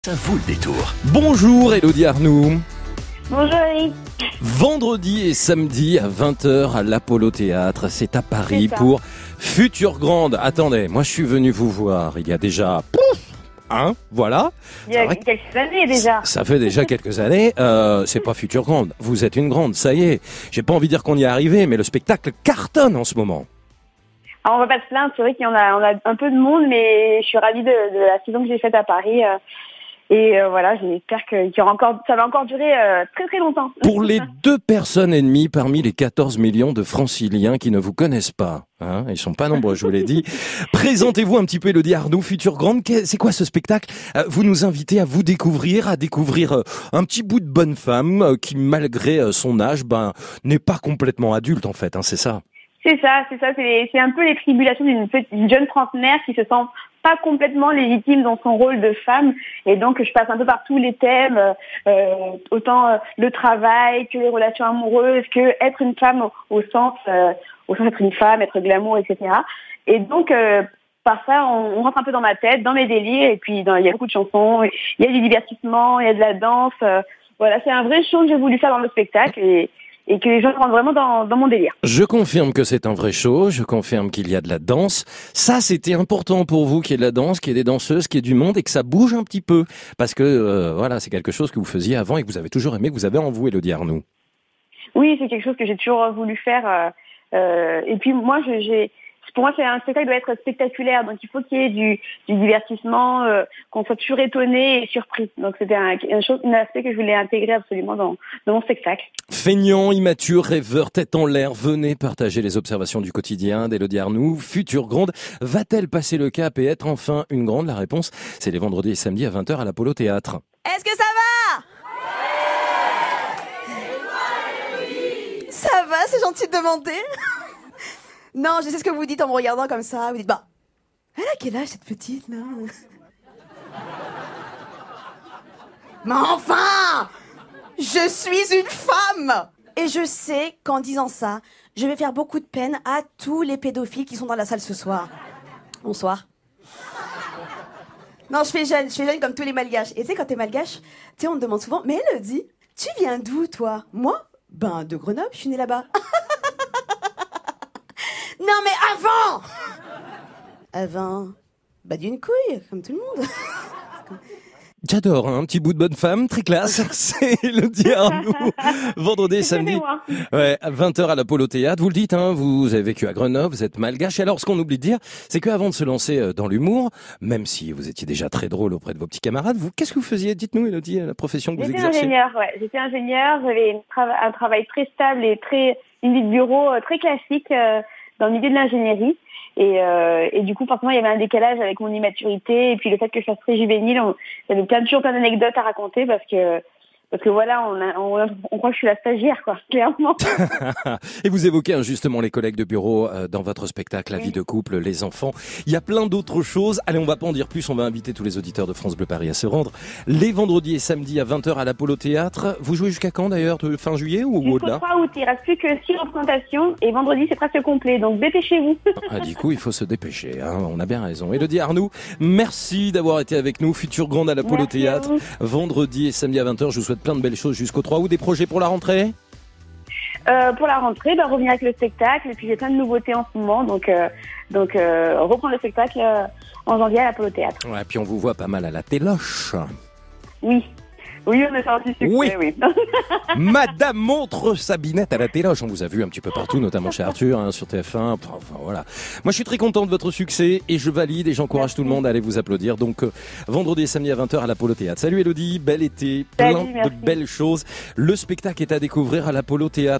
Ça vaut le détour. Bonjour Élodie Arnoux. Bonjour Eric. Vendredi et samedi à 20h à l'Apollo Théâtre, c'est à Paris C'est ça. pour Future Grande. Attendez, moi je suis venu vous voir il y a déjà... voilà. Il y a C'est vrai que quelques années déjà. ça fait déjà quelques années, c'est pas Future Grande, vous êtes une grande, ça y est. J'ai pas envie de dire qu'on y est arrivé, mais le spectacle cartonne en ce moment. Alors, on va pas se plaindre, c'est vrai qu'on a, on a un peu de monde, mais je suis ravie de la saison que j'ai faite à Paris. Voilà, j'espère que ça va encore durer très très longtemps. Pour les 2 personnes et demie parmi les 14 millions de franciliens qui ne vous connaissent pas, hein, ils sont pas nombreux, je vous l'ai dit. Présentez-vous un petit peu Élodie Arnoux, Future Grande. C'est quoi ce spectacle ? Vous nous invitez à vous découvrir, un petit bout de bonne femme qui, malgré son âge, n'est pas complètement adulte en fait, hein, c'est ça. C'est ça. C'est un peu les tribulations d'une jeune trentenaire qui se sent pas complètement légitime dans son rôle de femme. Et donc, je passe un peu par tous les thèmes, autant le travail que les relations amoureuses, que être une femme au sens d'être une femme, être glamour, etc. Et donc, par ça, on rentre un peu dans ma tête, dans mes délires. Et puis, il y a beaucoup de chansons, il y a du divertissement, il y a de la danse. Voilà, c'est un vrai show que j'ai voulu faire dans le spectacle et que les gens rentrent vraiment dans mon délire. Je confirme que c'est un vrai show, je confirme qu'il y a de la danse. Ça, c'était important pour vous qu'il y ait de la danse, qu'il y ait des danseuses, qu'il y ait du monde et que ça bouge un petit peu. Parce que, voilà, c'est quelque chose que vous faisiez avant et que vous avez toujours aimé, que vous avez en vous, Élodie Arnoux. Oui, c'est quelque chose que j'ai toujours voulu faire. Et puis moi, pour moi, c'est un spectacle qui doit être spectaculaire. Donc il faut qu'il y ait du divertissement, qu'on soit toujours étonné et surpris. Donc c'était un aspect que je voulais intégrer absolument dans mon spectacle. Feignant, immature, rêveur, tête en l'air, venez partager les observations du quotidien d'Élodie Arnoux. Future Grande, va-t-elle passer le cap et être enfin une grande ? La réponse, c'est les vendredis et samedis à 20h à l'Apollo Théâtre. Est-ce que ça va ? Ça va, c'est gentil de demander. Non, je sais ce que vous dites en me regardant comme ça. Vous dites, elle a quel âge cette petite là ? Mais enfin, je suis une femme. Et je sais qu'en disant ça, je vais faire beaucoup de peine à tous les pédophiles qui sont dans la salle ce soir. Bonsoir. Non, je fais jeune comme tous les malgaches. Et tu sais, quand t'es malgache, on me demande souvent, mais Élodie, tu viens d'où toi ? Moi ? De Grenoble, je suis née là-bas. Non, mais avant, d'une couille, comme tout le monde. J'adore, hein, un petit bout de bonne femme, très classe. C'est Élodie Arnoux. Vendredi et samedi. Ouais, à 20h à l'Apollo Théâtre. Vous le dites, hein, vous avez vécu à Grenoble, vous êtes malgache. Et alors, ce qu'on oublie de dire, c'est qu'avant de se lancer dans l'humour, même si vous étiez déjà très drôle auprès de vos petits camarades, qu'est-ce que vous faisiez ? Dites-nous, Élodie, la profession que vous exercez. J'étais ingénieure, j'avais un travail très stable et une vie de bureau très classique dans le milieu de l'ingénierie. Et du coup, forcément, il y avait un décalage avec mon immaturité et puis le fait que je sois très juvénile. J'avais toujours plein d'anecdotes à raconter parce que voilà, on croit que je suis la stagiaire, quoi, clairement. Et vous évoquez justement les collègues de bureau dans votre spectacle, la vie de couple, les enfants. Il y a plein d'autres choses. Allez, on va pas en dire plus, on va inviter tous les auditeurs de France Bleu Paris à se rendre. Les vendredis et samedis à 20h à l'Apollo Théâtre. Vous jouez jusqu'à quand d'ailleurs ? Fin juillet ou au-delà ? Jusqu'au 3 août, il reste plus que 6 représentations et vendredi c'est presque complet, donc dépêchez-vous. Du coup, il faut se dépêcher, hein, on a bien raison. Élodie Arnoux, merci d'avoir été avec nous. Future Grande à l'Apollo Théâtre. Vendredi et samedi à 20h, je vous souhaite plein de belles choses jusqu'au 3 août. Des projets pour la rentrée ? Pour la rentrée, revenir avec le spectacle et puis j'ai plein de nouveautés en ce moment, donc reprendre le spectacle en janvier à l'Apollo Théâtre. Ouais, puis on vous voit pas mal à la téloche. Oui, on est sorti succès, oui. Madame montre sa binette à la téloche. On vous a vu un petit peu partout, notamment chez Arthur, hein, sur TF1. Enfin, voilà. Moi, je suis très content de votre succès et je valide et j'encourage tout le monde à aller vous applaudir. Donc, vendredi et samedi à 20h à l'Apollo Théâtre. Salut Élodie, bel été, plein de belles choses. Le spectacle est à découvrir à l'Apollo Théâtre.